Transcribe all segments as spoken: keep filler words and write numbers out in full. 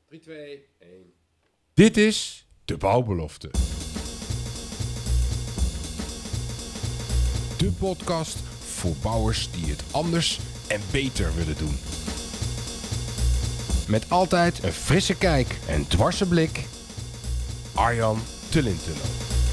drie, twee, één. Dit is De Bouwbelofte. De podcast voor bouwers die het anders en beter willen doen. Met altijd een frisse kijk en dwarse blik. Arjan Tullintunnel.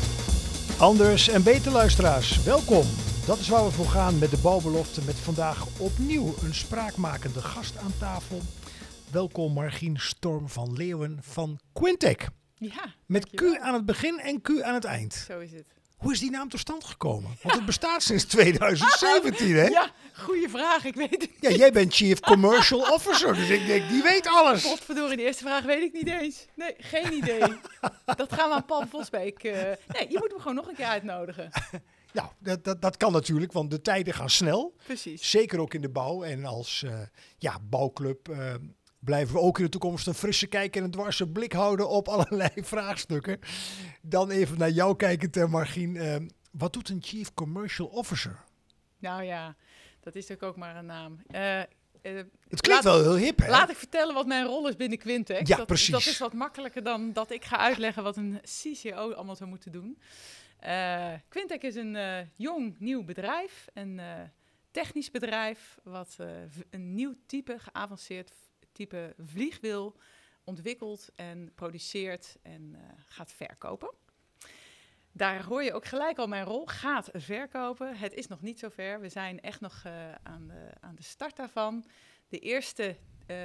Anders en beter luisteraars, welkom. Dat is waar we voor gaan met De Bouwbelofte, met vandaag opnieuw een spraakmakende gast aan tafel. Welkom Margien Storm van Leeuwen van Quintec. Ja, Met dankjewel. Q aan het begin en Q aan het eind. Zo is het. Hoe is die naam tot stand gekomen? Want het bestaat sinds twintig zeventien, hè? Ja, goede vraag. Ik weet het Ja, niet. jij bent Chief Commercial Officer, dus ik denk, die weet alles. Godverdorie, de eerste vraag weet ik niet eens. Nee, geen idee. Dat gaan we aan Paul Vosbeek... Uh, nee, je moet hem gewoon nog een keer uitnodigen. Nou, dat, dat, dat kan natuurlijk, want de tijden gaan snel. Precies. Zeker ook in de bouw. En als uh, ja, bouwclub uh, blijven we ook in de toekomst een frisse kijk en een dwarse blik houden op allerlei vraagstukken. Dan even naar jou kijkend, uh, Margien. Uh, wat doet een Chief Commercial Officer? Nou ja, dat is natuurlijk ook maar een naam. Uh, Uh, het klinkt laat, wel heel hip, hè? Laat ik vertellen wat mijn rol is binnen Quintec. Ja, dat, precies. Dat is wat makkelijker dan dat ik ga uitleggen wat een C C O allemaal zou moeten doen. Uh, Quintec is een uh, jong, nieuw bedrijf. Een uh, technisch bedrijf wat uh, v- een nieuw type, geavanceerd type vliegwiel ontwikkelt en produceert en uh, gaat verkopen. Daar hoor je ook gelijk al mijn rol, gaat verkopen. Het is nog niet zover. We zijn echt nog uh, aan, de, aan de start daarvan. De eerste uh,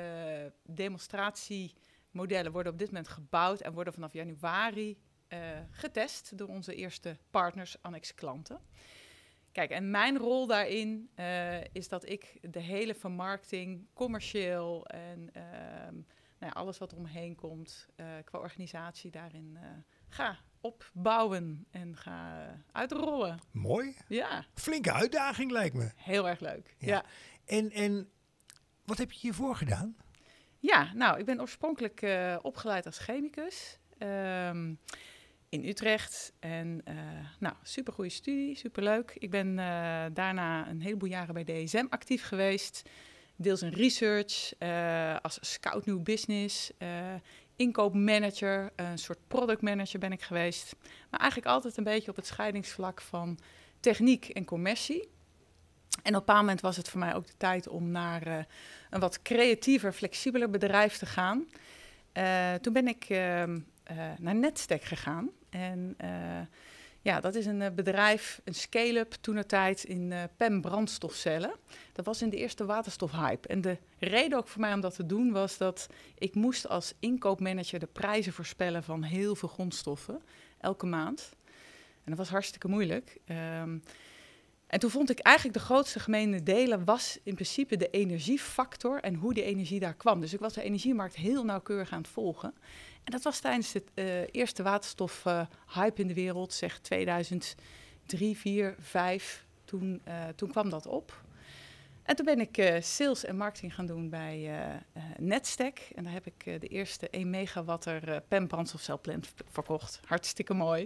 demonstratiemodellen worden op dit moment gebouwd en worden vanaf januari uh, getest door onze eerste partners, annex klanten. Kijk, en mijn rol daarin uh, is dat ik de hele vermarkting, commercieel en uh, nou ja, alles wat er omheen komt, uh, qua organisatie daarin uh, ga opbouwen en ga uh, uitrollen. Mooi. Ja. Flinke uitdaging lijkt me. Heel erg leuk, ja. ja. En, en wat heb je hiervoor gedaan? Ja, nou, ik ben oorspronkelijk uh, opgeleid als chemicus um, in Utrecht. En uh, nou, supergoeie studie, superleuk. Ik ben uh, daarna een heleboel jaren bij D S M actief geweest. Deels in research, uh, als scout new business, uh, inkoopmanager, een soort productmanager ben ik geweest. Maar eigenlijk altijd een beetje op het scheidingsvlak van techniek en commercie. En op een bepaald moment was het voor mij ook de tijd om naar uh, een wat creatiever, flexibeler bedrijf te gaan. Uh, toen ben ik uh, uh, naar Netstec gegaan. En uh, ja, dat is een uh, bedrijf, een scale-up toentertijd in uh, P E M brandstofcellen. Dat was in de eerste waterstofhype. En de reden ook voor mij om dat te doen was dat ik moest als inkoopmanager de prijzen voorspellen van heel veel grondstoffen, elke maand. En dat was hartstikke moeilijk. Um, En toen vond ik eigenlijk de grootste gemene delen was in principe de energiefactor en hoe die energie daar kwam. Dus ik was de energiemarkt heel nauwkeurig aan het volgen. En dat was tijdens de uh, eerste waterstof-hype uh, in de wereld, zeg tweeduizend drie, vier, vijf. Toen, uh, toen kwam dat op. En toen ben ik uh, sales en marketing gaan doen bij uh, uh, Netstec. En daar heb ik uh, de eerste één megawatter uh, P E M brandstofcelplant v- verkocht. Hartstikke mooi.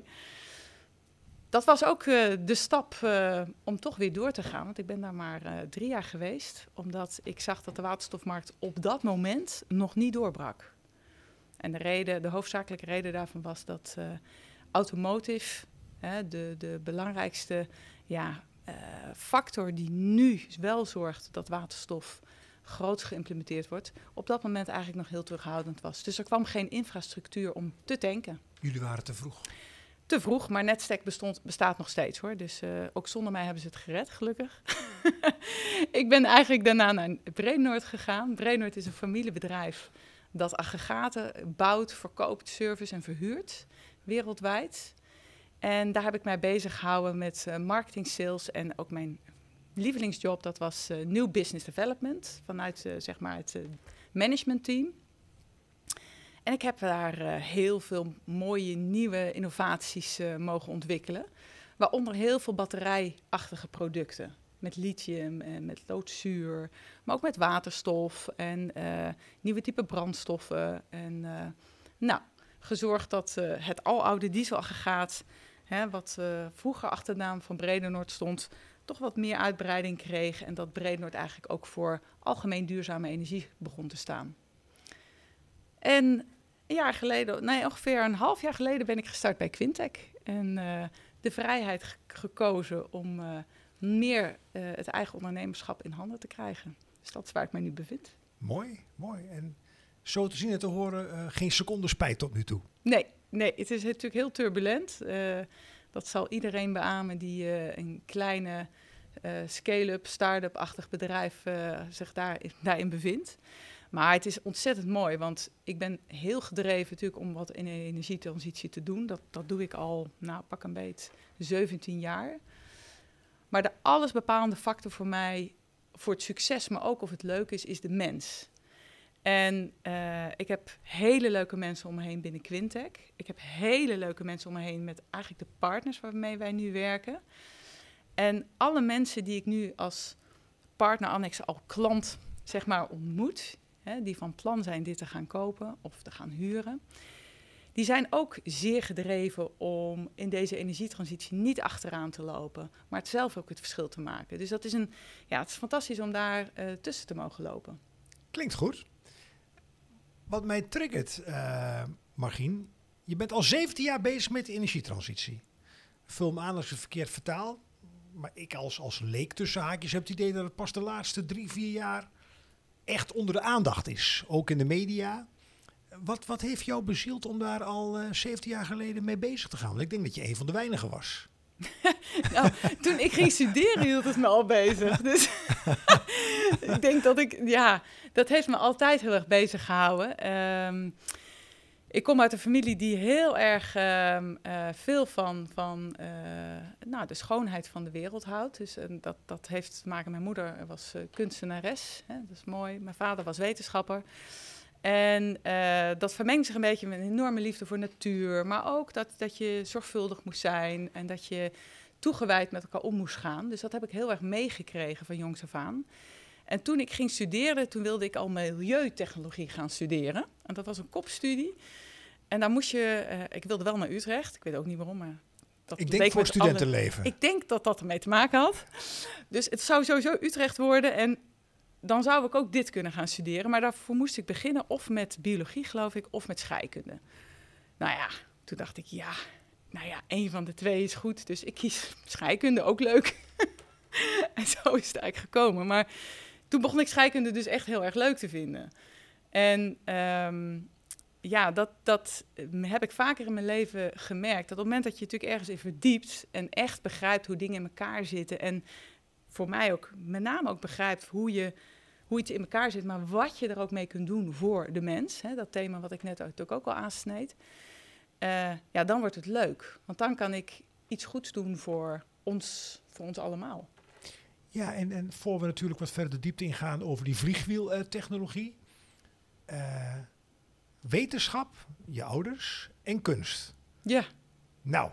Dat was ook uh, de stap uh, om toch weer door te gaan. Want ik ben daar maar uh, drie jaar geweest. Omdat ik zag dat de waterstofmarkt op dat moment nog niet doorbrak. En de, reden, de hoofdzakelijke reden daarvan was dat uh, automotive, uh, de, de belangrijkste ja, uh, factor die nu wel zorgt dat waterstof groots geïmplementeerd wordt, op dat moment eigenlijk nog heel terughoudend was. Dus er kwam geen infrastructuur om te tanken. Jullie waren te vroeg. Te vroeg, maar Netstec bestond, bestaat nog steeds hoor. Dus uh, ook zonder mij hebben ze het gered, gelukkig. Ik ben eigenlijk daarna naar Bredenoord gegaan. Bredenoord is een familiebedrijf dat aggregaten bouwt, verkoopt, service en verhuurt wereldwijd. En daar heb ik mij bezig gehouden met uh, marketing, sales en ook mijn lievelingsjob. Dat was uh, New Business Development vanuit uh, zeg maar het uh, managementteam. En ik heb daar uh, heel veel mooie nieuwe innovaties uh, mogen ontwikkelen. Waaronder heel veel batterijachtige producten. Met lithium en met loodzuur, maar ook met waterstof en uh, nieuwe type brandstoffen. En uh, nou, gezorgd dat uh, het aloude dieselaggregaat, hè, wat uh, vroeger achter de naam van Bredenoord stond, toch wat meer uitbreiding kreeg. En dat Bredenoord eigenlijk ook voor algemeen duurzame energie begon te staan. En een jaar geleden, nee, ongeveer een half jaar geleden ben ik gestart bij Quintech. En uh, de vrijheid ge- gekozen om uh, meer uh, het eigen ondernemerschap in handen te krijgen. Dus dat is waar ik me nu bevind. Mooi, mooi. En zo te zien en te horen, uh, geen seconde spijt tot nu toe. Nee, nee, het is natuurlijk heel turbulent. Uh, dat zal iedereen beamen die uh, een kleine uh, scale-up, start-up-achtig bedrijf uh, zich daar, daarin bevindt. Maar het is ontzettend mooi, want ik ben heel gedreven natuurlijk om wat in de energietransitie te doen. Dat, dat doe ik al, nou pak een beet, zeventien jaar. Maar de allesbepalende factor voor mij, voor het succes, maar ook of het leuk is, is de mens. En uh, ik heb hele leuke mensen om me heen binnen Quintech. Ik heb hele leuke mensen om me heen met eigenlijk de partners waarmee wij nu werken. En alle mensen die ik nu als partner, annex al klant, zeg maar, ontmoet, hè, die van plan zijn dit te gaan kopen of te gaan huren, die zijn ook zeer gedreven om in deze energietransitie niet achteraan te lopen, maar het zelf ook het verschil te maken. Dus dat is een, ja, het is fantastisch om daar uh, tussen te mogen lopen. Klinkt goed. Wat mij triggert, uh, Margien, je bent al zeventien jaar bezig met de energietransitie. Vul me aan als ik het verkeerd vertaal, maar ik als, als leek tussen haakjes heb het idee dat het pas de laatste drie, vier jaar echt onder de aandacht is, ook in de media. Wat, wat heeft jou bezield om daar al uh, zeventien jaar geleden mee bezig te gaan? Want ik denk dat je een van de weinigen was. Nou, toen ik ging studeren hield het me al bezig. Dus ik denk dat ik, ja, dat heeft me altijd heel erg bezig gehouden. Um, ik kom uit een familie die heel erg um, uh, veel van, van uh, nou, de schoonheid van de wereld houdt. Dus uh, dat, dat heeft te maken, mijn moeder was uh, kunstenares, hè, dat is mooi. Mijn vader was wetenschapper. En uh, dat vermengt zich een beetje met een enorme liefde voor natuur. Maar ook dat, dat je zorgvuldig moest zijn en dat je toegewijd met elkaar om moest gaan. Dus dat heb ik heel erg meegekregen van jongs af aan. En toen ik ging studeren, toen wilde ik al milieutechnologie gaan studeren. En dat was een kopstudie. En daar moest je, uh, ik wilde wel naar Utrecht, ik weet ook niet waarom, maar dat ik denk voor studentenleven. Alle, ik denk dat dat ermee te maken had. Dus het zou sowieso Utrecht worden en dan zou ik ook dit kunnen gaan studeren. Maar daarvoor moest ik beginnen of met biologie, geloof ik, of met scheikunde. Nou ja, toen dacht ik, ja, nou ja, één van de twee is goed. Dus ik kies scheikunde, ook leuk. En zo is het eigenlijk gekomen. Maar toen begon ik scheikunde dus echt heel erg leuk te vinden. En um, ja, dat, dat heb ik vaker in mijn leven gemerkt. Dat op het moment dat je natuurlijk ergens in verdiept en echt begrijpt hoe dingen in elkaar zitten en voor mij ook met name ook begrijpt hoe je, hoe het in elkaar zit, maar wat je er ook mee kunt doen voor de mens. Hè, dat thema wat ik net ook, ook al aansneed. Uh, ja, dan wordt het leuk. Want dan kan ik iets goeds doen voor ons, voor ons allemaal. Ja, en, en voor we natuurlijk wat verder de diepte ingaan over die vliegwieltechnologie. Uh, wetenschap, je ouders en kunst. Ja. Nou,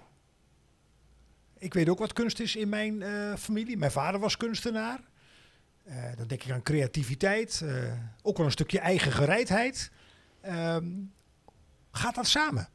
ik weet ook wat kunst is in mijn uh, familie. Mijn vader was kunstenaar. Uh, dan denk ik aan creativiteit. Uh, ook wel een stukje eigen gereidheid. Um, gaat dat samen?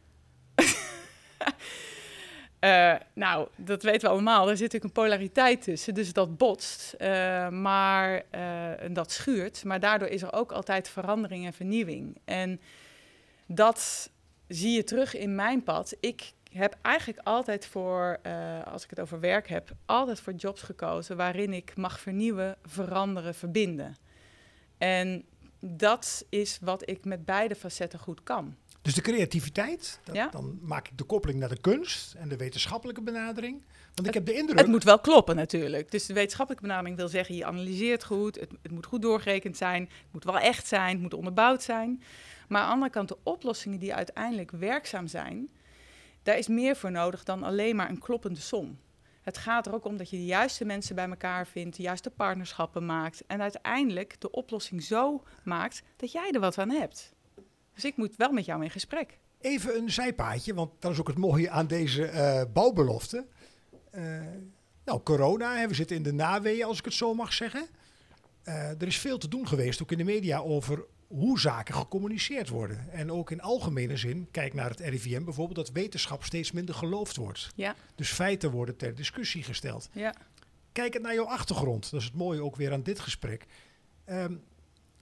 Uh, nou, dat weten we allemaal. Er zit natuurlijk een polariteit tussen, dus dat botst. Uh, maar uh, en dat schuurt. Maar daardoor is er ook altijd verandering en vernieuwing. En dat zie je terug in mijn pad. Ik heb eigenlijk altijd voor, uh, als ik het over werk heb, altijd voor jobs gekozen waarin ik mag vernieuwen, veranderen, verbinden. En dat is wat ik met beide facetten goed kan. Dus de creativiteit, dat, ja? dan maak ik de koppeling naar de kunst en de wetenschappelijke benadering. Want het, ik heb de indruk... Het moet wel kloppen natuurlijk. Dus de wetenschappelijke benadering wil zeggen, je analyseert goed, het, het moet goed doorgerekend zijn, het moet wel echt zijn, het moet onderbouwd zijn. Maar aan de andere kant, de oplossingen die uiteindelijk werkzaam zijn, daar is meer voor nodig dan alleen maar een kloppende som. Het gaat er ook om dat je de juiste mensen bij elkaar vindt, de juiste partnerschappen maakt en uiteindelijk de oplossing zo maakt dat jij er wat aan hebt. Dus ik moet wel met jou in gesprek. Even een zijpaadje, want dat is ook het mooie aan deze uh, bouwbelofte. Uh, nou, corona, hè, we zitten in de naweeën, als ik het zo mag zeggen. Uh, er is veel te doen geweest, ook in de media, over hoe zaken gecommuniceerd worden. En ook in algemene zin, kijk naar het R I V M bijvoorbeeld, dat wetenschap steeds minder geloofd wordt. Ja. Dus feiten worden ter discussie gesteld. Ja. Kijk naar jouw achtergrond, dat is het mooie ook weer aan dit gesprek. Um,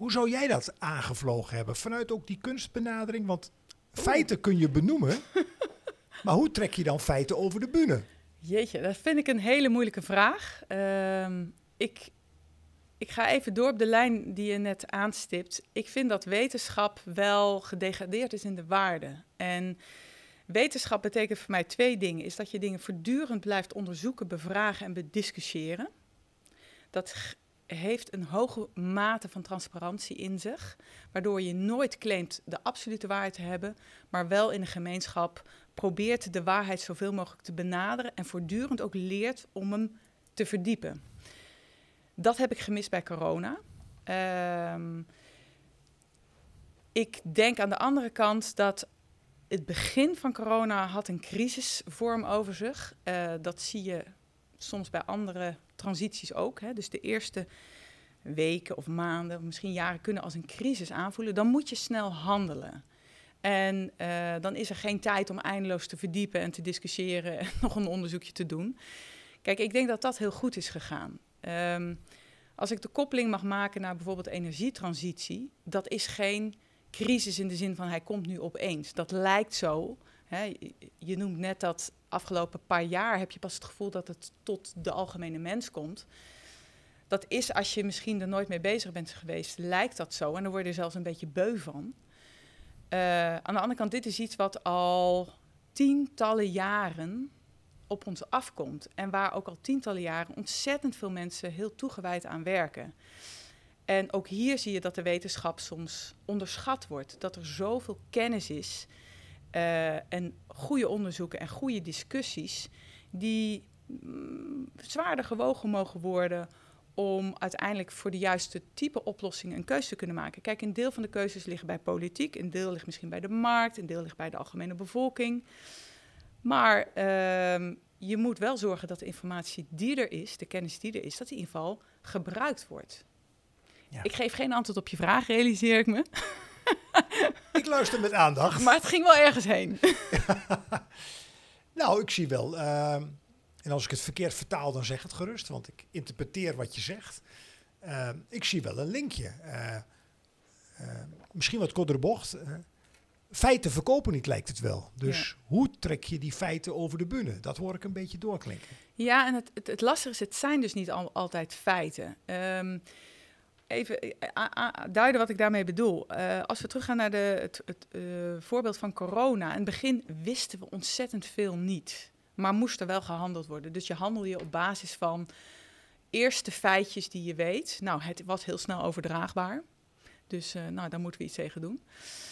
Hoe zou jij dat aangevlogen hebben? Vanuit ook die kunstbenadering? Want feiten kun je benoemen. Maar hoe trek je dan feiten over de bühne? Jeetje, dat vind ik een hele moeilijke vraag. Uh, ik, ik ga even door op de lijn die je net aanstipt. Ik vind dat wetenschap wel gedegradeerd is in de waarde. En wetenschap betekent voor mij twee dingen. Is dat je dingen voortdurend blijft onderzoeken, bevragen en bediscussiëren. Dat g- heeft een hoge mate van transparantie in zich, waardoor je nooit claimt de absolute waarheid te hebben, maar wel in een gemeenschap probeert de waarheid zoveel mogelijk te benaderen en voortdurend ook leert om hem te verdiepen. Dat heb ik gemist bij corona. Um, ik denk aan de andere kant dat het begin van corona had een crisisvorm over zich. Uh, dat zie je soms bij andere transities ook. Hè. Dus de eerste weken of maanden, of misschien jaren kunnen als een crisis aanvoelen. Dan moet je snel handelen. En uh, dan is er geen tijd om eindeloos te verdiepen en te discussiëren en nog een onderzoekje te doen. Kijk, ik denk dat dat heel goed is gegaan. Um, als ik de koppeling mag maken naar bijvoorbeeld energietransitie, dat is geen crisis in de zin van hij komt nu opeens. Dat lijkt zo. Hè. Je noemt net dat afgelopen paar jaar heb je pas het gevoel dat het tot de algemene mens komt. Dat is, als je misschien er nooit mee bezig bent geweest, lijkt dat zo. En dan word je er zelfs een beetje beu van. Uh, aan de andere kant, dit is iets wat al tientallen jaren op ons afkomt. En waar ook al tientallen jaren ontzettend veel mensen heel toegewijd aan werken. En ook hier zie je dat de wetenschap soms onderschat wordt. Dat er zoveel kennis is uh, en goede onderzoeken en goede discussies die mm, zwaarder gewogen mogen worden om uiteindelijk voor de juiste type oplossingen een keuze te kunnen maken. Kijk, een deel van de keuzes liggen bij politiek, een deel ligt misschien bij de markt, een deel ligt bij de algemene bevolking. Maar uh, je moet wel zorgen dat de informatie die er is, de kennis die er is, dat die in ieder geval gebruikt wordt. Ja. Ik geef geen antwoord op je vraag, realiseer ik me. Ik luister met aandacht. Maar het ging wel ergens heen. Nou, ik zie wel. Uh, en als ik het verkeerd vertaal, dan zeg het gerust. Want ik interpreteer wat je zegt. Uh, ik zie wel een linkje. Uh, uh, misschien wat kortere bocht. Uh, feiten verkopen niet, lijkt het wel. Dus ja. Hoe trek je die feiten over de bühne? Dat hoor ik een beetje doorklinken. Ja, en het, het, het lastige is, het zijn dus niet al, altijd feiten. Um, Even uh, uh, duiden wat ik daarmee bedoel. Uh, als we teruggaan naar de, het, het uh, voorbeeld van corona. In het begin wisten we ontzettend veel niet. Maar moest er wel gehandeld worden. Dus je handel je op basis van eerste feitjes die je weet. Nou, het was heel snel overdraagbaar. Dus uh, nou, daar moeten we iets tegen doen.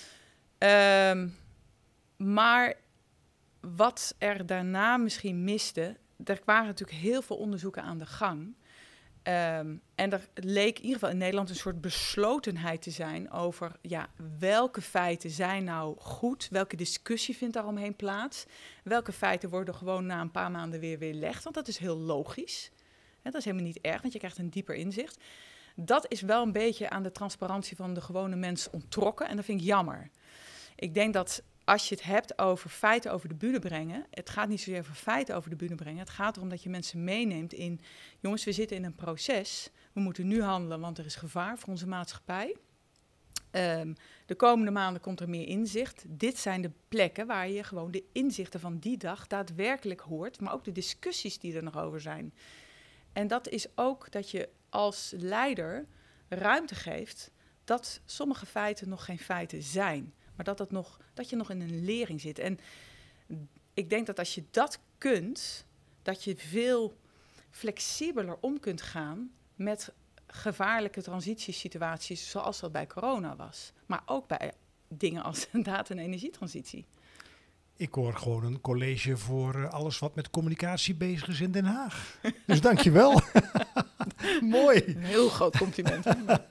Um, maar wat er daarna misschien miste. Er waren natuurlijk heel veel onderzoeken aan de gang. Um, en er leek in ieder geval in Nederland een soort beslotenheid te zijn over ja, welke feiten zijn nou goed, welke discussie vindt daaromheen plaats, welke feiten worden gewoon na een paar maanden weer weerlegd, want dat is heel logisch. He, dat is helemaal niet erg, want je krijgt een dieper inzicht. Dat is wel een beetje aan de transparantie van de gewone mens onttrokken en dat vind ik jammer. Ik denk dat als je het hebt over feiten over de bühne brengen, het gaat niet zozeer over feiten over de bühne brengen, het gaat erom dat je mensen meeneemt in, jongens, we zitten in een proces, we moeten nu handelen, want er is gevaar voor onze maatschappij. Um, de komende maanden komt er meer inzicht. Dit zijn de plekken waar je gewoon de inzichten van die dag daadwerkelijk hoort, maar ook de discussies die er nog over zijn. En dat is ook dat je als leider ruimte geeft dat sommige feiten nog geen feiten zijn. Maar dat, het nog, dat je nog in een lering zit. En ik denk dat als je dat kunt, dat je veel flexibeler om kunt gaan met gevaarlijke transitiesituaties zoals dat bij corona was. Maar ook bij dingen als inderdaad een energietransitie. Ik hoor gewoon een college voor alles wat met communicatie bezig is in Den Haag. Dus dank je wel. Mooi. Een heel groot compliment.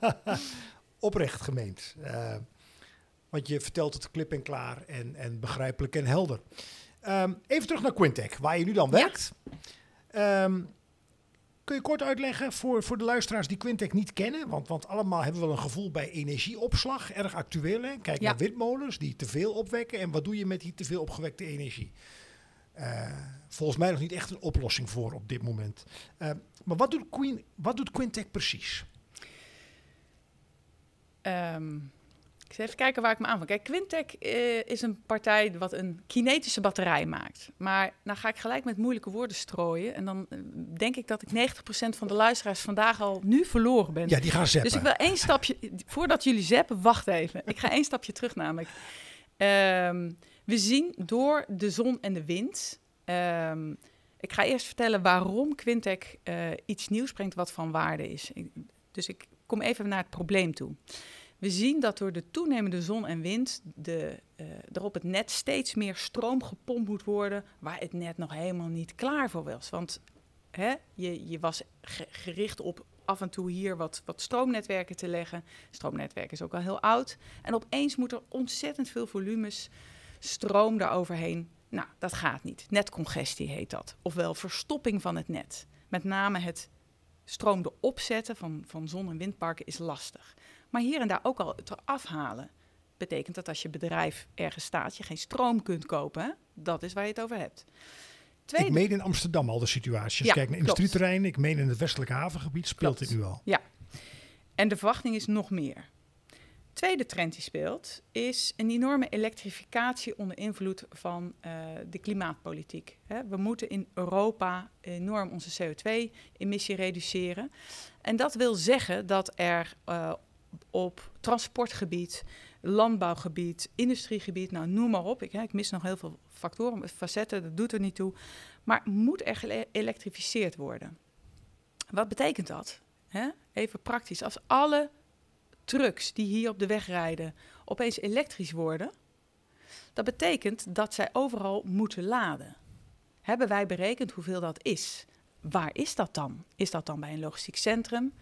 Oprecht gemeend. Uh, Want je vertelt het klip en klaar en, en begrijpelijk en helder. Um, even terug naar Quintech, waar je nu dan werkt. Ja. Um, kun je kort uitleggen voor, voor de luisteraars die Quintech niet kennen? Want, want allemaal hebben we wel een gevoel bij energieopslag. Erg actueel, hè? Kijk ja. naar windmolens die te veel opwekken. En wat doe je met die te veel opgewekte energie? Uh, volgens mij nog niet echt een oplossing voor op dit moment. Uh, maar wat doet, Queen, wat doet Quintech precies? Um, ik zal even kijken waar ik me aanvang. Kijk, Quintec uh, is een partij wat een kinetische batterij maakt. Maar nou ga ik gelijk met moeilijke woorden strooien. En dan uh, denk ik dat ik negentig procent van de luisteraars vandaag al nu verloren ben. Ja, die gaan zappen. Dus ik wil één stapje... Voordat jullie zappen, wacht even. Ik ga één stapje terug namelijk. Um, we zien door de zon en de wind... Um, ik ga eerst vertellen waarom Quintec uh, iets nieuws brengt wat van waarde is. Ik, dus ik kom even naar het probleem toe. We zien dat door de toenemende zon en wind de, uh, er op het net steeds meer stroom gepompt moet worden waar het net nog helemaal niet klaar voor was. Want hè, je, je was ge- gericht op af en toe hier wat, wat stroomnetwerken te leggen. Stroomnetwerk is ook al heel oud. En opeens moet er ontzettend veel volumes stroom daaroverheen. Nou, dat gaat niet. Netcongestie heet dat. Ofwel verstopping van het net. Met name het stroom erop zetten van, van zon- en windparken is lastig. Maar hier en daar ook al het eraf halen. Betekent dat als je bedrijf ergens staat, je geen stroom kunt kopen. Hè? Dat is waar je het over hebt. Tweede... Ik meen in Amsterdam al de situatie. Als ja, kijk naar industrieterreinen, ik meen in het westelijke havengebied speelt klopt. dit nu al. Ja, en de verwachting is nog meer. Tweede trend die speelt, is een enorme elektrificatie onder invloed van uh, de klimaatpolitiek. Hè, we moeten in Europa enorm onze C O twee emissie reduceren. En dat wil zeggen dat er uh, op transportgebied, landbouwgebied, industriegebied, nou noem maar op. Ik, hè, ik mis nog heel veel factoren, facetten, dat doet er niet toe. Maar moet er geëlektrificeerd worden. Wat betekent dat? Hè? Even praktisch. Als alle trucks die hier op de weg rijden opeens elektrisch worden, dat betekent dat zij overal moeten laden. Hebben wij berekend hoeveel dat is? Waar is dat dan? Is dat dan bij een logistiek centrum?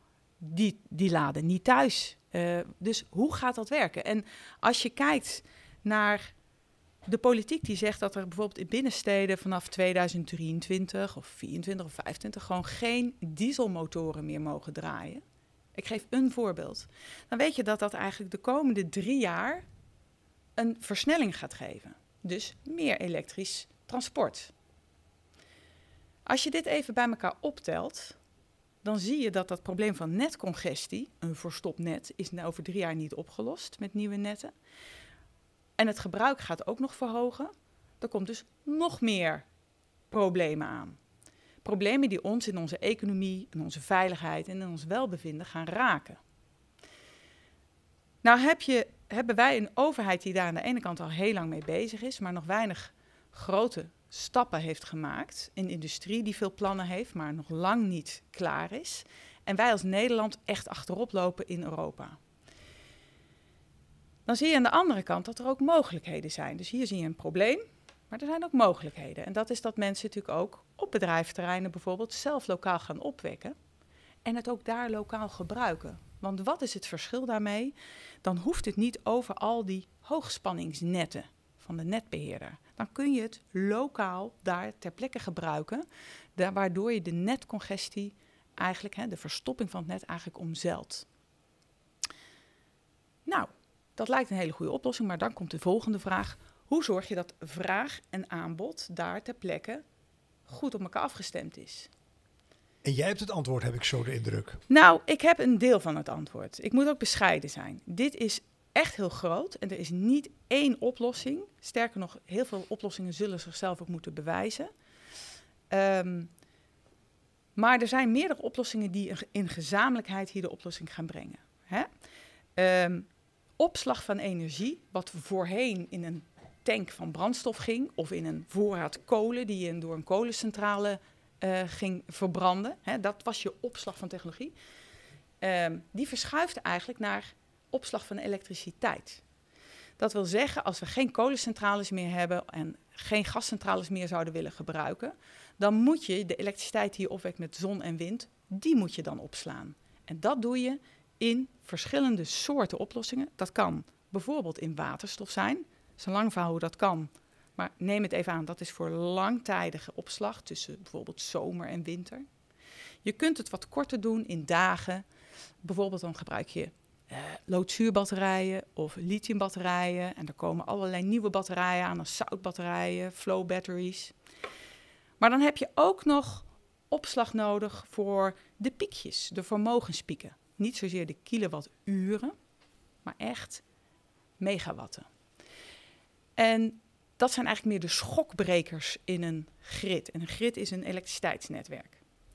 Die, die laden niet thuis. Uh, dus hoe gaat dat werken? En als je kijkt naar de politiek die zegt dat er bijvoorbeeld in binnensteden vanaf tweeduizend drieëntwintig of vierentwintig of vijfentwintig gewoon geen dieselmotoren meer mogen draaien. Ik geef een voorbeeld. Dan weet je dat dat eigenlijk de komende drie jaar een versnelling gaat geven. Dus meer elektrisch transport. Als je dit even bij elkaar optelt, dan zie je dat dat probleem van netcongestie, een verstopt net, is over drie jaar niet opgelost met nieuwe netten. En het gebruik gaat ook nog verhogen. Er komt dus nog meer problemen aan. Problemen die ons in onze economie, in onze veiligheid en in ons welbevinden gaan raken. Nou heb je, hebben wij een overheid die daar aan de ene kant al heel lang mee bezig is, maar nog weinig grote stappen heeft gemaakt. Een industrie die veel plannen heeft, maar nog lang niet klaar is. En wij als Nederland echt achterop lopen in Europa. Dan zie je aan de andere kant dat er ook mogelijkheden zijn. Dus hier zie je een probleem, maar er zijn ook mogelijkheden. En dat is dat mensen natuurlijk ook op bedrijfsterreinen bijvoorbeeld zelf lokaal gaan opwekken. En het ook daar lokaal gebruiken. Want wat is het verschil daarmee? Dan hoeft het niet over al die hoogspanningsnetten van de netbeheerder. Dan kun je het lokaal daar ter plekke gebruiken. Daar, waardoor je de netcongestie eigenlijk, hè, de verstopping van het net eigenlijk omzeilt. Nou, dat lijkt een hele goede oplossing, maar dan komt de volgende vraag. Hoe zorg je dat vraag en aanbod daar ter plekke goed op elkaar afgestemd is? En jij hebt het antwoord, heb ik zo de indruk. Nou, ik heb een deel van het antwoord. Ik moet ook bescheiden zijn. Dit is echt heel groot en er is niet één oplossing. Sterker nog, heel veel oplossingen zullen zichzelf ook moeten bewijzen. Um, maar er zijn meerdere oplossingen die in gezamenlijkheid hier de oplossing gaan brengen. Hè? Um, opslag van energie, wat voorheen in een tank van brandstof ging, of in een voorraad kolen die je door een kolencentrale uh, ging verbranden. Hè, dat was je opslag van technologie. Um, die verschuift eigenlijk naar opslag van elektriciteit. Dat wil zeggen, als we geen kolencentrales meer hebben en geen gascentrales meer zouden willen gebruiken, dan moet je de elektriciteit die je opwekt met zon en wind, die moet je dan opslaan. En dat doe je in verschillende soorten oplossingen. Dat kan bijvoorbeeld in waterstof zijn. Het is een lang verhaal hoe dat kan. Maar neem het even aan, dat is voor langtijdige opslag tussen bijvoorbeeld zomer en winter. Je kunt het wat korter doen in dagen. Bijvoorbeeld dan gebruik je uh, loodzuurbatterijen of lithiumbatterijen. En er komen allerlei nieuwe batterijen aan, als zoutbatterijen, flow batteries. Maar dan heb je ook nog opslag nodig voor de piekjes, de vermogenspieken. Niet zozeer de kilowatturen, echt megawatten. En dat zijn eigenlijk meer de schokbrekers in een grid. En een grid is een elektriciteitsnetwerk.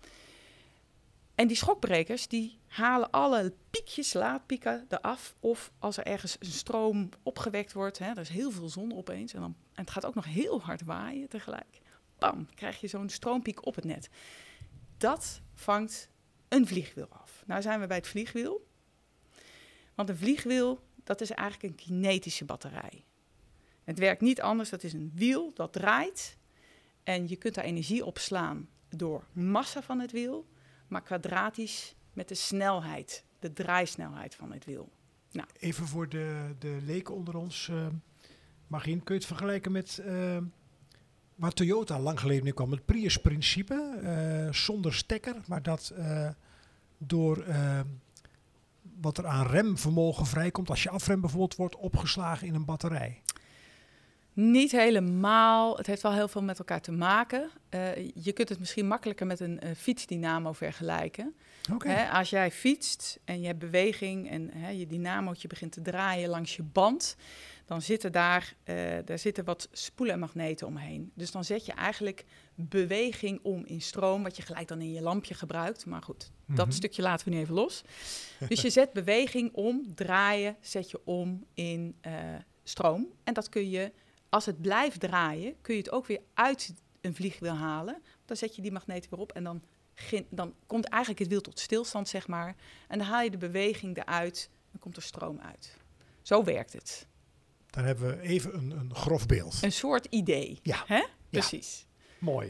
En die schokbrekers die halen alle piekjes, laadpieken eraf. Of als er ergens een stroom opgewekt wordt, hè, er is heel veel zon opeens. En, dan, en het gaat ook nog heel hard waaien tegelijk. Bam, krijg je zo'n stroompiek op het net. Dat vangt een vliegwiel af. Nou zijn we bij het vliegwiel. Want een vliegwiel, dat is eigenlijk een kinetische batterij. Het werkt niet anders, dat is een wiel dat draait. En je kunt daar energie opslaan door massa van het wiel, maar kwadratisch met de snelheid, de draaisnelheid van het wiel. Nou. Even voor de, de leken onder ons, uh, Margien, kun je het vergelijken met uh, waar Toyota lang geleden mee kwam? Het Prius-principe, uh, zonder stekker, maar dat uh, door uh, wat er aan remvermogen vrijkomt, als je afrem bijvoorbeeld, wordt opgeslagen in een batterij. Niet helemaal. Het heeft wel heel veel met elkaar te maken. Uh, je kunt het misschien makkelijker met een uh, fietsdynamo vergelijken. Okay. Hè, als jij fietst en je hebt beweging en hè, je dynamootje begint te draaien langs je band, dan zitten daar, uh, daar zitten wat spoelen en magneten omheen. Dus dan zet je eigenlijk beweging om in stroom, wat je gelijk dan in je lampje gebruikt. Maar goed, mm-hmm. dat stukje laten we nu even los. Dus je zet beweging om, draaien, zet je om in uh, stroom. En dat kun je, als het blijft draaien, kun je het ook weer uit een vliegwiel halen. Dan zet je die magneten weer op en dan, dan komt eigenlijk het wiel tot stilstand, zeg maar. En dan haal je de beweging eruit en komt er stroom uit. Zo werkt het. Dan hebben we even een, een grof beeld. Een soort idee. Ja. Hè? Precies. Ja. Mooi.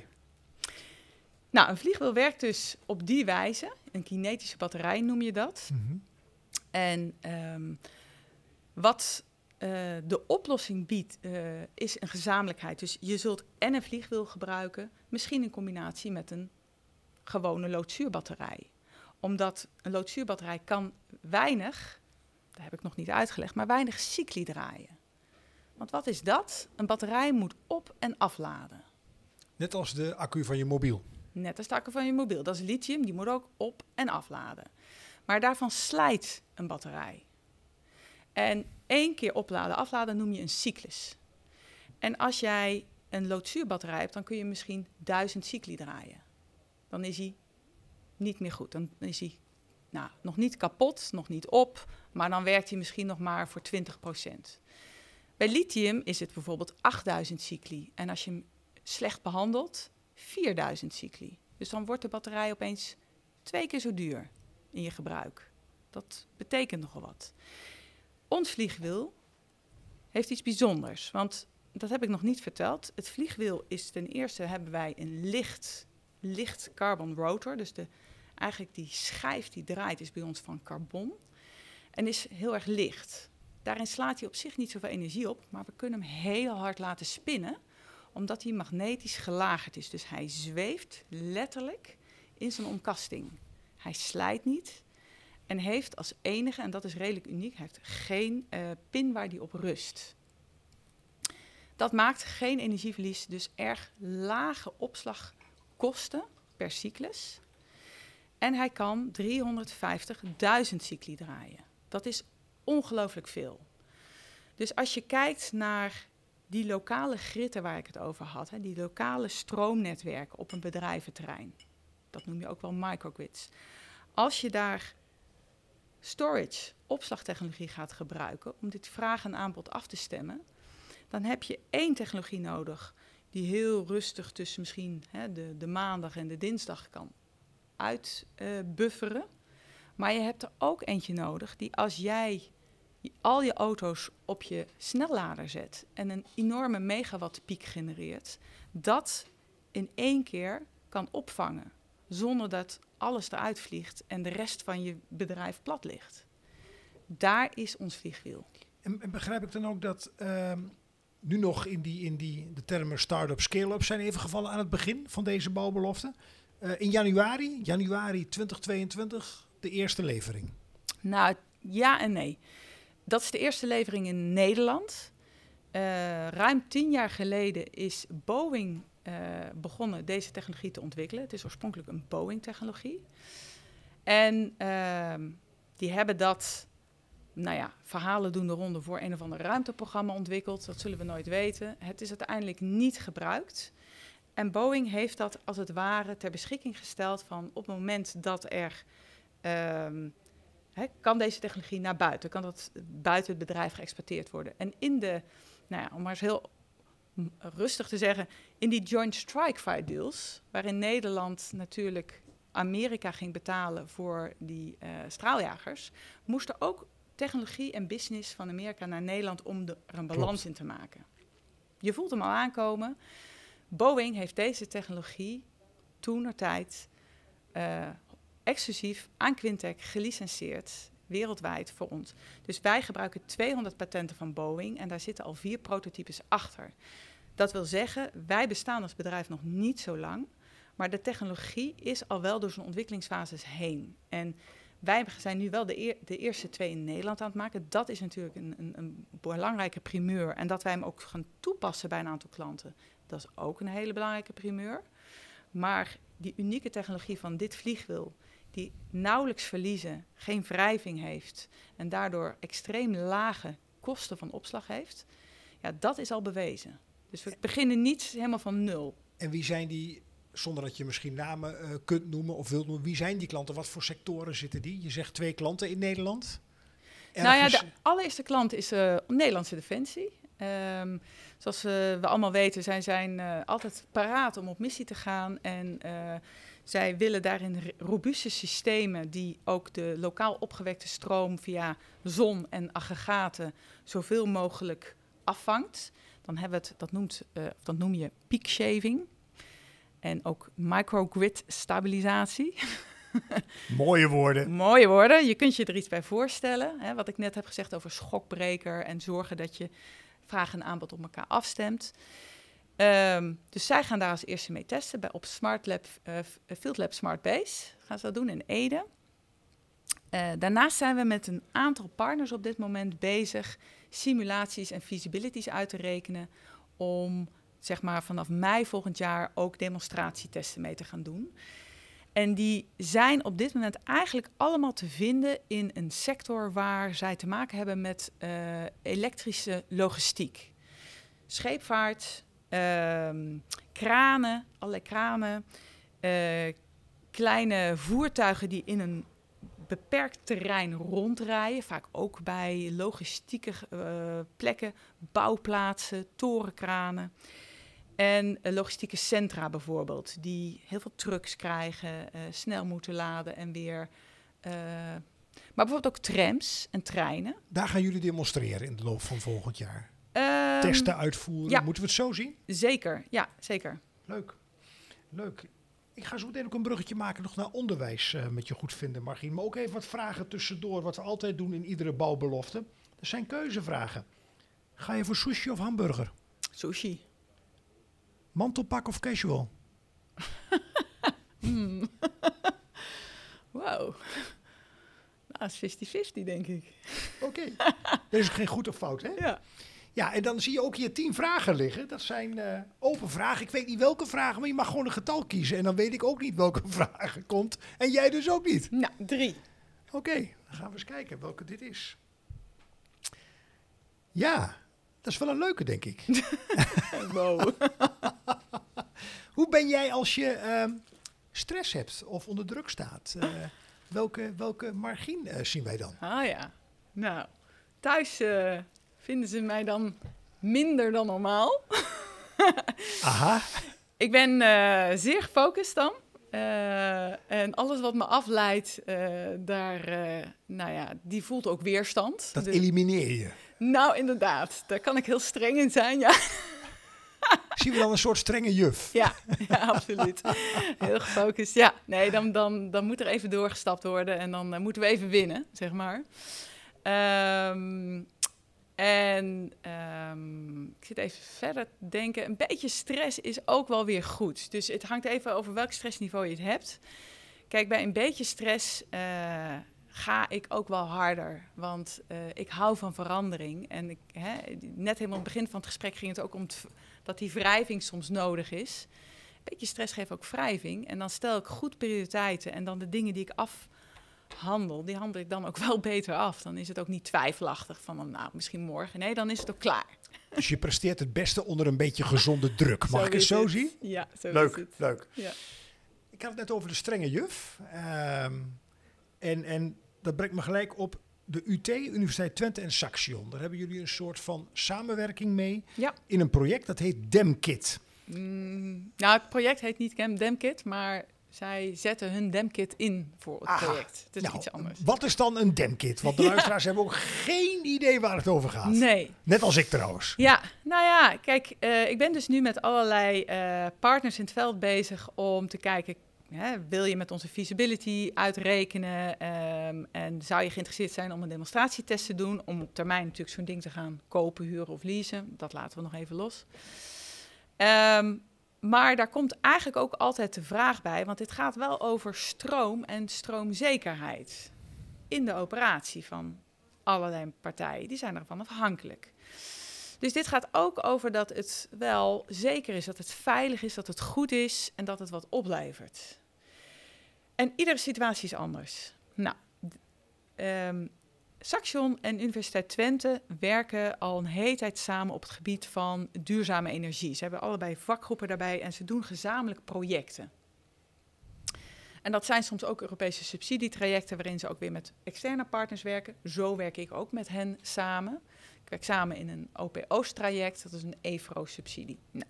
Nou, een vliegwiel werkt dus op die wijze. Een kinetische batterij noem je dat. Mm-hmm. En um, wat uh, de oplossing biedt, uh, is een gezamenlijkheid. Dus je zult en een vliegwiel gebruiken, misschien in combinatie met een gewone loodzuurbatterij. Omdat een loodzuurbatterij kan weinig, dat heb ik nog niet uitgelegd, maar weinig cycli draaien. Want wat is dat? Een batterij moet op- en afladen. Net als de accu van je mobiel. Net als de accu van je mobiel. Dat is lithium, die moet ook op- en afladen. Maar daarvan slijt een batterij. En één keer opladen, afladen noem je een cyclus. En als jij een loodzuurbatterij hebt, dan kun je misschien duizend cycli draaien. Dan is hij niet meer goed. Dan is hij nou, nog niet kapot, nog niet op, maar dan werkt hij misschien nog maar voor twintig procent. Bij lithium is het bijvoorbeeld achtduizend cycli. En als je hem slecht behandelt, vierduizend cycli. Dus dan wordt de batterij opeens twee keer zo duur in je gebruik. Dat betekent nogal wat. Ons vliegwiel heeft iets bijzonders, want dat heb ik nog niet verteld. Het vliegwiel is ten eerste, hebben wij een licht, licht carbon rotor. Dus de, eigenlijk die schijf die draait is bij ons van carbon. En is heel erg licht. Daarin slaat hij op zich niet zoveel energie op, maar we kunnen hem heel hard laten spinnen, omdat hij magnetisch gelagerd is. Dus hij zweeft letterlijk in zijn omkasting. Hij slijt niet en heeft als enige, en dat is redelijk uniek, hij heeft geen uh, pin waar hij op rust. Dat maakt geen energieverlies, dus erg lage opslagkosten per cyclus. En hij kan driehonderdvijftigduizend cycli draaien. Dat is ongelooflijk veel. Dus als je kijkt naar die lokale gritten waar ik het over had, hè, die lokale stroomnetwerken op een bedrijventerrein, dat noem je ook wel microgrids. Als je daar storage, opslagtechnologie gaat gebruiken om dit vraag en aanbod af te stemmen, dan heb je één technologie nodig die heel rustig tussen misschien hè, de, de maandag en de dinsdag kan uitbufferen. Uh, maar je hebt er ook eentje nodig die als jij al je auto's op je snellader zet en een enorme megawattpiek genereert, dat in één keer kan opvangen, zonder dat alles eruit vliegt en de rest van je bedrijf plat ligt. Daar is ons vliegwiel. En, en begrijp ik dan ook dat uh, nu nog in die, in die de termen start-up, scale-up zijn even gevallen aan het begin van deze bouwbelofte. Uh, in januari, januari twintig tweeëntwintig, de eerste levering. Nou, ja en nee. Dat is de eerste levering in Nederland. Uh, ruim tien jaar geleden is Boeing uh, begonnen deze technologie te ontwikkelen. Het is oorspronkelijk een Boeing-technologie. En uh, die hebben dat nou ja, verhalen doen de ronde voor een of ander ruimteprogramma ontwikkeld. Dat zullen we nooit weten. Het is uiteindelijk niet gebruikt. En Boeing heeft dat als het ware ter beschikking gesteld van op het moment dat er... Um, he, kan deze technologie naar buiten? Kan dat buiten het bedrijf geëxporteerd worden? En in de, nou ja, om maar eens heel rustig te zeggen, in die Joint Strike Fighter deals, waarin Nederland natuurlijk Amerika ging betalen voor die uh, straaljagers, moest er ook technologie en business van Amerika naar Nederland om de, er een balans Klopt. in te maken. Je voelt hem al aankomen. Boeing heeft deze technologie toenertijd uh, exclusief aan Quintech gelicenseerd, wereldwijd voor ons. Dus wij gebruiken tweehonderd patenten van Boeing en daar zitten al vier prototypes achter. Dat wil zeggen, wij bestaan als bedrijf nog niet zo lang, maar de technologie is al wel door zijn ontwikkelingsfases heen. En wij zijn nu wel de, eer, de eerste twee in Nederland aan het maken. Dat is natuurlijk een, een, een belangrijke primeur. En dat wij hem ook gaan toepassen bij een aantal klanten, dat is ook een hele belangrijke primeur. Maar die unieke technologie van dit vliegwiel, die nauwelijks verliezen, geen wrijving heeft en daardoor extreem lage kosten van opslag heeft, ja, dat is al bewezen. Dus we beginnen niet helemaal van nul. En wie zijn die, zonder dat je misschien namen uh, kunt noemen of wilt noemen, wie zijn die klanten? Wat voor sectoren zitten die? Je zegt twee klanten in Nederland. Ergens... Nou ja, de allereerste klant is uh, Nederlandse Defensie. Um, zoals uh, we allemaal weten, zij zijn uh, altijd paraat om op missie te gaan. En uh, zij willen daarin robuuste systemen die ook de lokaal opgewekte stroom via zon en aggregaten zoveel mogelijk afvangt. Dan hebben we het, dat, noemt, uh, dat noem je peak shaving. En ook microgrid stabilisatie. Mooie woorden. Mooie woorden. Je kunt je er iets bij voorstellen. Hè, wat ik net heb gezegd over schokbreker en zorgen dat je vraag en aanbod op elkaar afstemt. Um, dus zij gaan daar als eerste mee testen bij, op Smart Lab, uh, Field Lab Smart Base. Gaan ze dat doen in Ede. Uh, daarnaast zijn we met een aantal partners op dit moment bezig simulaties en feasibilities uit te rekenen om zeg maar vanaf mei volgend jaar ook demonstratietesten mee te gaan doen. En die zijn op dit moment eigenlijk allemaal te vinden in een sector waar zij te maken hebben met uh, elektrische logistiek. Scheepvaart, uh, kranen, allerlei kranen, uh, kleine voertuigen die in een beperkt terrein rondrijden, vaak ook bij logistieke uh, plekken, bouwplaatsen, torenkranen. En uh, logistieke centra bijvoorbeeld, die heel veel trucks krijgen, uh, snel moeten laden en weer. Uh, maar bijvoorbeeld ook trams en treinen. Daar gaan jullie demonstreren in de loop van volgend jaar? Um, Testen uitvoeren, ja. Moeten we het zo zien? Zeker, ja, zeker. Leuk, leuk. Ik ga zo meteen ook een bruggetje maken nog naar onderwijs uh, met je goedvinden, Margien. Maar ook even wat vragen tussendoor, wat we altijd doen in iedere bouwbelofte. Dat zijn keuzevragen. Ga je voor sushi of hamburger? Sushi. Mantelpak of casual? mm. Wauw. Nou, dat is vijftig vijftig, denk ik. Oké. Okay. Er is geen goed of fout, hè? Ja. Ja, en dan zie je ook hier tien vragen liggen. Dat zijn uh, open vragen. Ik weet niet welke vragen, maar je mag gewoon een getal kiezen. En dan weet ik ook niet welke vraag er komt. En jij dus ook niet. Nou, drie. Oké, okay, dan gaan we eens kijken welke dit is. Ja, dat is wel een leuke, denk ik. Wow. Hoe ben jij als je uh, stress hebt of onder druk staat? Uh, welke, welke Margien uh, zien wij dan? Ah ja, nou, thuis uh, vinden ze mij dan minder dan normaal. Aha. Ik ben uh, zeer gefocust dan. Uh, en alles wat me afleidt, uh, daar, uh, nou ja, die voelt ook weerstand. Dat dus, elimineer je. Nou, inderdaad. Daar kan ik heel streng in zijn, ja. Zien we dan een soort strenge juf? Ja, ja, absoluut. Heel gefocust. Ja, nee, dan, dan, dan moet er even doorgestapt worden en dan uh, moeten we even winnen, zeg maar. Um, en um, ik zit even verder te denken. Een beetje stress is ook wel weer goed. Dus het hangt even over welk stressniveau je het hebt. Kijk, bij een beetje stress uh, ga ik ook wel harder. Want uh, ik hou van verandering. En ik, hè, net helemaal aan het begin van het gesprek ging het ook om t, dat die wrijving soms nodig is. Een beetje stress geeft ook wrijving. En dan stel ik goed prioriteiten. En dan de dingen die ik af handel, die handel ik dan ook wel beter af. Dan is het ook niet twijfelachtig van, nou, misschien morgen. Nee, dan is het ook klaar. Dus je presteert het beste onder een beetje gezonde druk. Mag Zo ik het is zo het. zien? Ja, zo Leuk, is het. leuk. Ja. Ik had het net over de strenge juf. Ehm, en, en dat brengt me gelijk op de U T, Universiteit Twente en Saxion. Daar hebben jullie een soort van samenwerking mee. Ja. In een project dat heet DemKit. Mm, nou, het project heet niet DemKit, maar zij zetten hun DemKit in voor het Aha. project. Het is Nou, iets anders. Wat is dan een DemKit? Want de Ja. luisteraars hebben ook geen idee waar het over gaat. Nee. Net als ik trouwens. Ja, nou ja, kijk, uh, ik ben dus nu met allerlei uh, partners in het veld bezig om te kijken, hè, wil je met onze feasibility uitrekenen um, en zou je geïnteresseerd zijn om een demonstratietest te doen, om op termijn natuurlijk zo'n ding te gaan kopen, huren of leasen. Dat laten we nog even los. Um, maar daar komt eigenlijk ook altijd de vraag bij, want dit gaat wel over stroom en stroomzekerheid in de operatie van allerlei partijen. Die zijn ervan afhankelijk. Dus dit gaat ook over dat het wel zeker is, dat het veilig is, dat het goed is en dat het wat oplevert. En iedere situatie is anders. Nou, um, Saxion en Universiteit Twente werken al een hele tijd samen op het gebied van duurzame energie. Ze hebben allebei vakgroepen daarbij en ze doen gezamenlijk projecten. En dat zijn soms ook Europese subsidietrajecten waarin ze ook weer met externe partners werken. Zo werk ik ook met hen samen. Ik werk samen in een O P Oost-traject, dat is een E V R O-subsidie. Nou.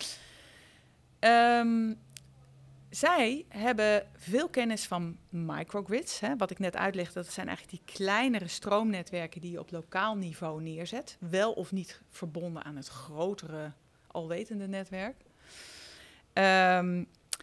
Um, zij hebben veel kennis van microgrids. Hè. Wat ik net uitlegde, dat zijn eigenlijk die kleinere stroomnetwerken die je op lokaal niveau neerzet. Wel of niet verbonden aan het grotere, alwetende netwerk. Um,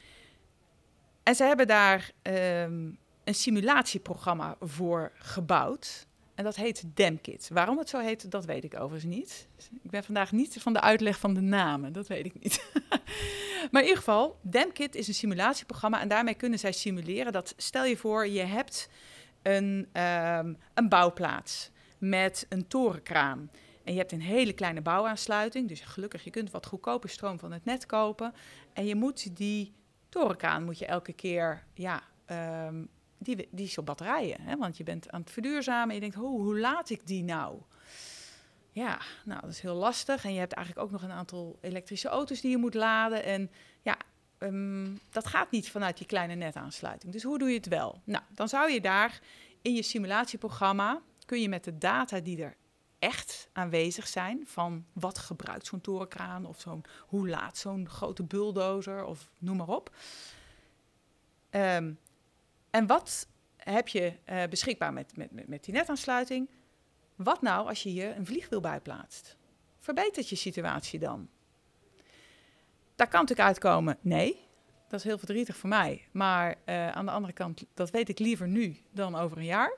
en ze hebben daar um, een simulatieprogramma voor gebouwd. En dat heet DemKit. Waarom het zo heet, dat weet ik overigens niet. Ik ben vandaag niet van de uitleg van de namen, dat weet ik niet. Maar in ieder geval, DemKit is een simulatieprogramma en daarmee kunnen zij simuleren dat, stel je voor, je hebt een, um, een bouwplaats met een torenkraan. En je hebt een hele kleine bouwaansluiting, dus gelukkig, je kunt wat goedkope stroom van het net kopen. En je moet die torenkraan moet je elke keer, ja, um, die, die is op batterijen. Hè? Want je bent aan het verduurzamen en je denkt, oh, hoe laat ik die nou? Ja, nou, dat is heel lastig. En je hebt eigenlijk ook nog een aantal elektrische auto's die je moet laden. En ja, um, dat gaat niet vanuit die kleine netaansluiting. Dus hoe doe je het wel? Nou, dan zou je daar in je simulatieprogramma, kun je met de data die er echt aanwezig zijn, van wat gebruikt zo'n torenkraan of zo'n, hoe laat zo'n grote bulldozer of noem maar op. Um, en wat heb je uh, beschikbaar met, met, met, met die netaansluiting? Wat nou als je hier een vliegwiel bij plaatst? Verbetert je situatie dan? Daar kan natuurlijk uitkomen, nee. Dat is heel verdrietig voor mij. Maar uh, aan de andere kant, dat weet ik liever nu dan over een jaar.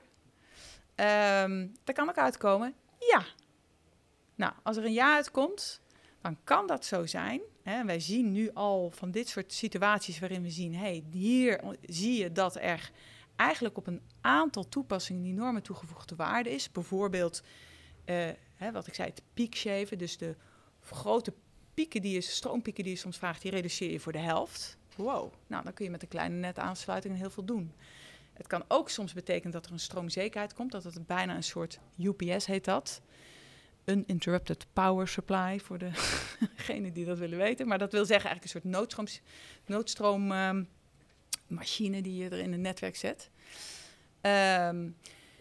Um, daar kan ook uitkomen, ja. Nou, als er een ja uitkomt, dan kan dat zo zijn. Hè? Wij zien nu al van dit soort situaties waarin we zien, hey, hier zie je dat er eigenlijk op een aantal toepassingen een enorme toegevoegde waarde is. Bijvoorbeeld, uh, hè, wat ik zei, het piekshaven. Dus de grote pieken die je, stroompieken die je soms vraagt, die reduceer je voor de helft. Wow, nou dan kun je met een kleine netaansluiting heel veel doen. Het kan ook soms betekenen dat er een stroomzekerheid komt. Dat het bijna een soort U P S heet dat. Uninterrupted Power Supply, voor degenen die dat willen weten. Maar dat wil zeggen eigenlijk een soort noodstroom, noodstroom um, machine die je er in een netwerk zet. Um,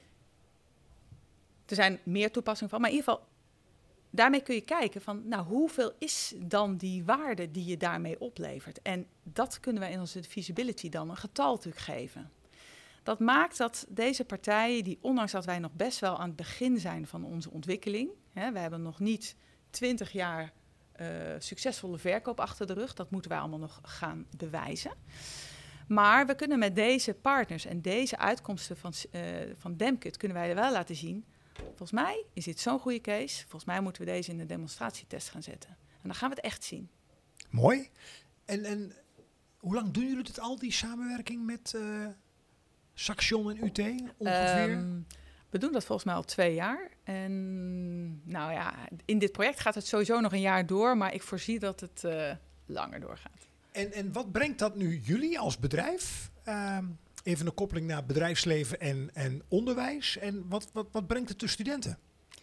er zijn meer toepassingen van, maar in ieder geval, daarmee kun je kijken van, nou, hoeveel is dan die waarde die je daarmee oplevert? En dat kunnen wij in onze feasibility dan een getal natuurlijk geven. Dat maakt dat deze partijen, die ondanks dat wij nog best wel aan het begin zijn van onze ontwikkeling, hè, we hebben nog niet twintig jaar uh, succesvolle verkoop achter de rug, dat moeten wij allemaal nog gaan bewijzen. Maar we kunnen met deze partners en deze uitkomsten van, uh, van DemKit kunnen wij er wel laten zien, volgens mij is dit zo'n goede case, volgens mij moeten we deze in de demonstratietest gaan zetten. En dan gaan we het echt zien. Mooi. En, en hoe lang doen jullie dit al, die samenwerking met uh, Saxion en U T ongeveer? Um, we doen dat volgens mij al twee jaar. En nou ja, in dit project gaat het sowieso nog een jaar door, maar ik voorzie dat het uh, langer doorgaat. En, en wat brengt dat nu jullie als bedrijf? Uh, even een koppeling naar bedrijfsleven en, en onderwijs. En wat, wat, wat brengt het de studenten?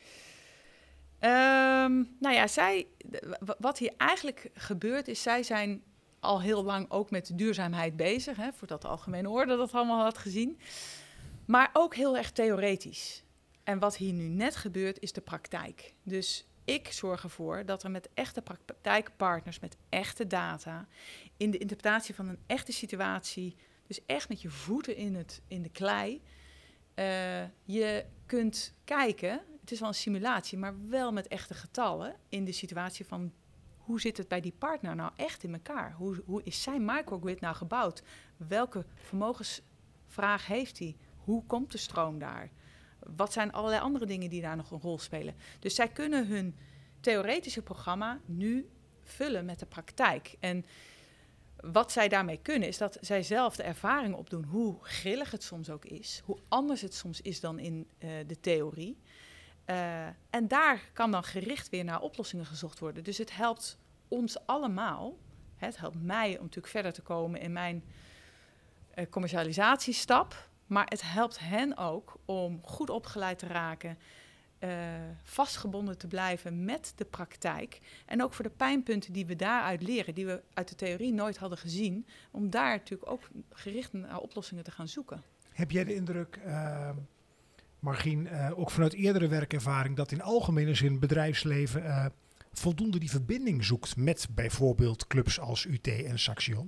Um, nou ja, zij, w- wat hier eigenlijk gebeurt is, zij zijn al heel lang ook met duurzaamheid bezig, hè, voordat de algemene orde dat allemaal had gezien. Maar ook heel erg theoretisch. En wat hier nu net gebeurt, is de praktijk. Dus ik zorg ervoor dat er met echte praktijkpartners, met echte data, in de interpretatie van een echte situatie, dus echt met je voeten in, het, in de klei, uh, je kunt kijken, het is wel een simulatie, maar wel met echte getallen, in de situatie van hoe zit het bij die partner nou echt in elkaar? Hoe, hoe is zijn microgrid nou gebouwd? Welke vermogensvraag heeft hij? Hoe komt de stroom daar? Wat zijn allerlei andere dingen die daar nog een rol spelen? Dus zij kunnen hun theoretische programma nu vullen met de praktijk. En wat zij daarmee kunnen, is dat zij zelf de ervaring opdoen hoe grillig het soms ook is. Hoe anders het soms is dan in uh, de theorie. Uh, en daar kan dan gericht weer naar oplossingen gezocht worden. Dus het helpt ons allemaal. Hè, het helpt mij om natuurlijk verder te komen in mijn uh, commercialisatiestap. Maar het helpt hen ook om goed opgeleid te raken, uh, vastgebonden te blijven met de praktijk. En ook voor de pijnpunten die we daaruit leren, die we uit de theorie nooit hadden gezien, om daar natuurlijk ook gericht naar oplossingen te gaan zoeken. Heb jij de indruk, uh, Margien, uh, ook vanuit eerdere werkervaring, dat in algemene zin bedrijfsleven uh, voldoende die verbinding zoekt met bijvoorbeeld clubs als U T en Saxion?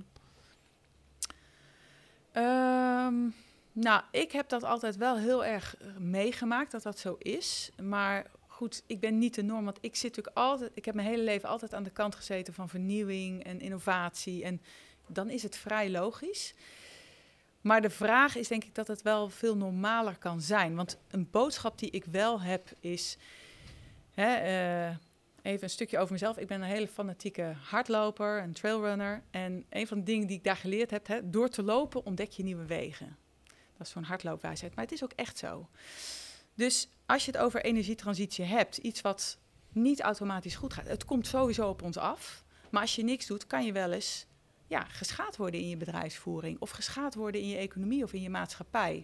Um, Nou, ik heb dat altijd wel heel erg meegemaakt, dat dat zo is. Maar goed, ik ben niet de norm, want ik zit natuurlijk altijd, ik heb mijn hele leven altijd aan de kant gezeten van vernieuwing en innovatie. En dan is het vrij logisch. Maar de vraag is denk ik dat het wel veel normaler kan zijn. Want een boodschap die ik wel heb is, hè, uh, even een stukje over mezelf. Ik ben een hele fanatieke hardloper, een trailrunner. En een van de dingen die ik daar geleerd heb, hè, door te lopen ontdek je nieuwe wegen. Dat is zo'n hardloopwijsheid, maar het is ook echt zo. Dus als je het over energietransitie hebt, iets wat niet automatisch goed gaat. Het komt sowieso op ons af, maar als je niks doet, kan je wel eens ja, geschaad worden in je bedrijfsvoering of geschaad worden in je economie of in je maatschappij.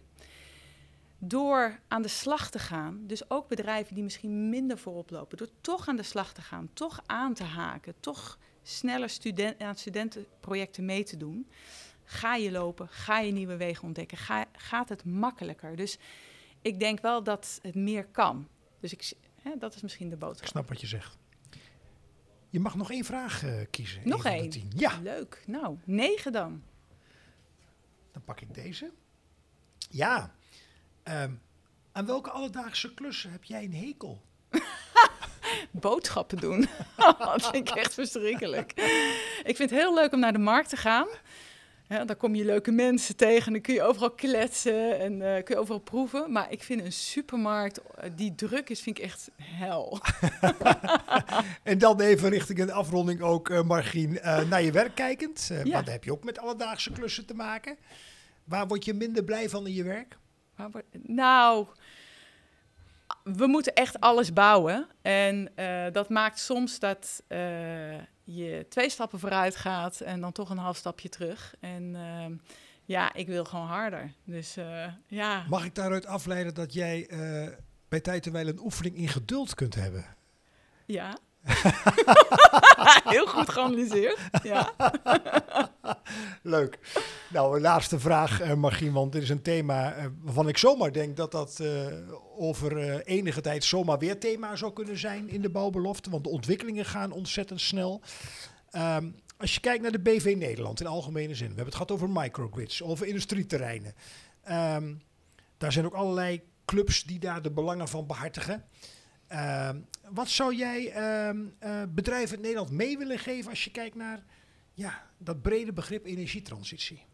Door aan de slag te gaan, dus ook bedrijven die misschien minder voorop lopen, door toch aan de slag te gaan, toch aan te haken, toch sneller student, aan studentenprojecten mee te doen, ga je lopen, ga je nieuwe wegen ontdekken, ga, gaat het makkelijker. Dus ik denk wel dat het meer kan. Dus ik, hè, dat is misschien de boodschap. Ik snap wat je zegt. Je mag nog één vraag uh, kiezen. Nog één? Ja. Leuk. Nou, negen dan. Dan pak ik deze. Ja. Um, aan welke alledaagse klussen heb jij een hekel? Boodschappen doen. Dat vind ik echt verschrikkelijk. Ik vind het heel leuk om naar de markt te gaan. Ja, dan kom je leuke mensen tegen en dan kun je overal kletsen en uh, kun je overal proeven. Maar ik vind een supermarkt uh, die druk is, vind ik echt hel. En dan even richting een afronding ook, uh, Margien, uh, naar je werk kijkend. Uh, ja. Want daar heb je ook met alledaagse klussen te maken. Waar word je minder blij van in je werk? Waar word, nou, we moeten echt alles bouwen. En uh, dat maakt soms dat Uh, je twee stappen vooruit gaat en dan toch een half stapje terug. En uh, ja, ik wil gewoon harder. Dus uh, ja. Mag ik daaruit afleiden dat jij uh, bij tijd en wijle een oefening in geduld kunt hebben? Ja. Heel goed geanalyseerd. Ja. Leuk. Nou, een laatste vraag, uh, Margien, want dit is een thema uh, waarvan ik zomaar denk dat dat uh, over uh, enige tijd zomaar weer thema zou kunnen zijn in de bouwbelofte, want de ontwikkelingen gaan ontzettend snel. Um, als je kijkt naar de B V Nederland in algemene zin, we hebben het gehad over microgrids, over industrieterreinen. Um, daar zijn ook allerlei clubs die daar de belangen van behartigen. Uh, wat zou jij uh, uh, bedrijven in Nederland mee willen geven als je kijkt naar ja, dat brede begrip energietransitie?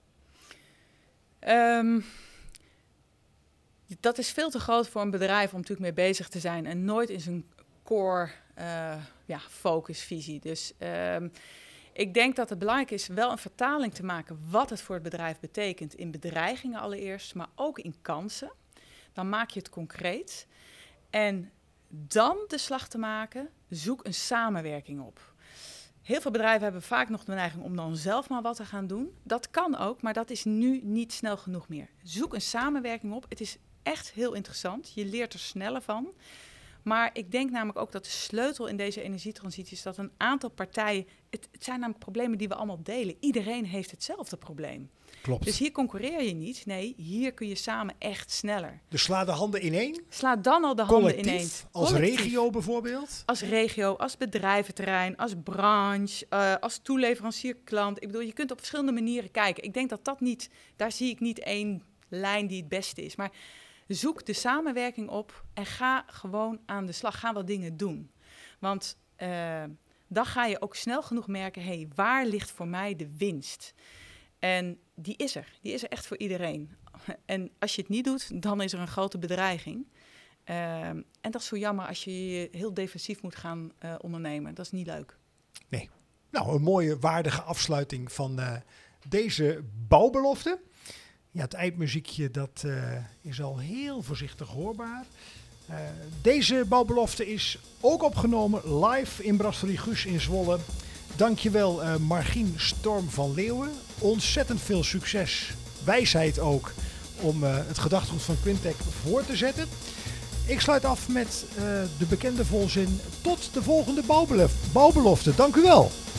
Um, dat is veel te groot voor een bedrijf om natuurlijk mee bezig te zijn en nooit in zijn core uh, ja, focusvisie. Dus um, ik denk dat het belangrijk is wel een vertaling te maken wat het voor het bedrijf betekent in bedreigingen allereerst, maar ook in kansen. Dan maak je het concreet. En dan de slag te maken, zoek een samenwerking op. Heel veel bedrijven hebben vaak nog de neiging om dan zelf maar wat te gaan doen. Dat kan ook, maar dat is nu niet snel genoeg meer. Zoek een samenwerking op. Het is echt heel interessant. Je leert er sneller van. Maar ik denk namelijk ook dat de sleutel in deze energietransitie is dat een aantal partijen... Het, het zijn namelijk problemen die we allemaal delen. Iedereen heeft hetzelfde probleem. Klopt. Dus hier concurreer je niet. Nee, hier kun je samen echt sneller. Dus sla de handen ineen. Sla dan al de handen Collectief, ineen. als Collectief. regio bijvoorbeeld. Als regio, als bedrijventerrein, als branche, uh, als toeleverancier, klant. Ik bedoel, je kunt op verschillende manieren kijken. Ik denk dat dat niet... Daar zie ik niet één lijn die het beste is. Maar zoek de samenwerking op en ga gewoon aan de slag. Ga wat dingen doen. Want uh, dan ga je ook snel genoeg merken... hé, hey, waar ligt voor mij de winst? En die is er. Die is er echt voor iedereen. En als je het niet doet, dan is er een grote bedreiging. Uh, en dat is zo jammer als je je heel defensief moet gaan uh, ondernemen. Dat is niet leuk. Nee. Nou, een mooie waardige afsluiting van uh, deze bouwbelofte. Ja, het eindmuziekje dat uh, is al heel voorzichtig hoorbaar. Uh, deze bouwbelofte is ook opgenomen live in Brasserie Guus in Zwolle. Dankjewel uh, Margien Storm van Leeuwen. Ontzettend veel succes, wijsheid ook, om uh, het gedachtegoed van Quintec voor te zetten. Ik sluit af met uh, de bekende volzin. Tot de volgende bouwbelofte. Dank u wel.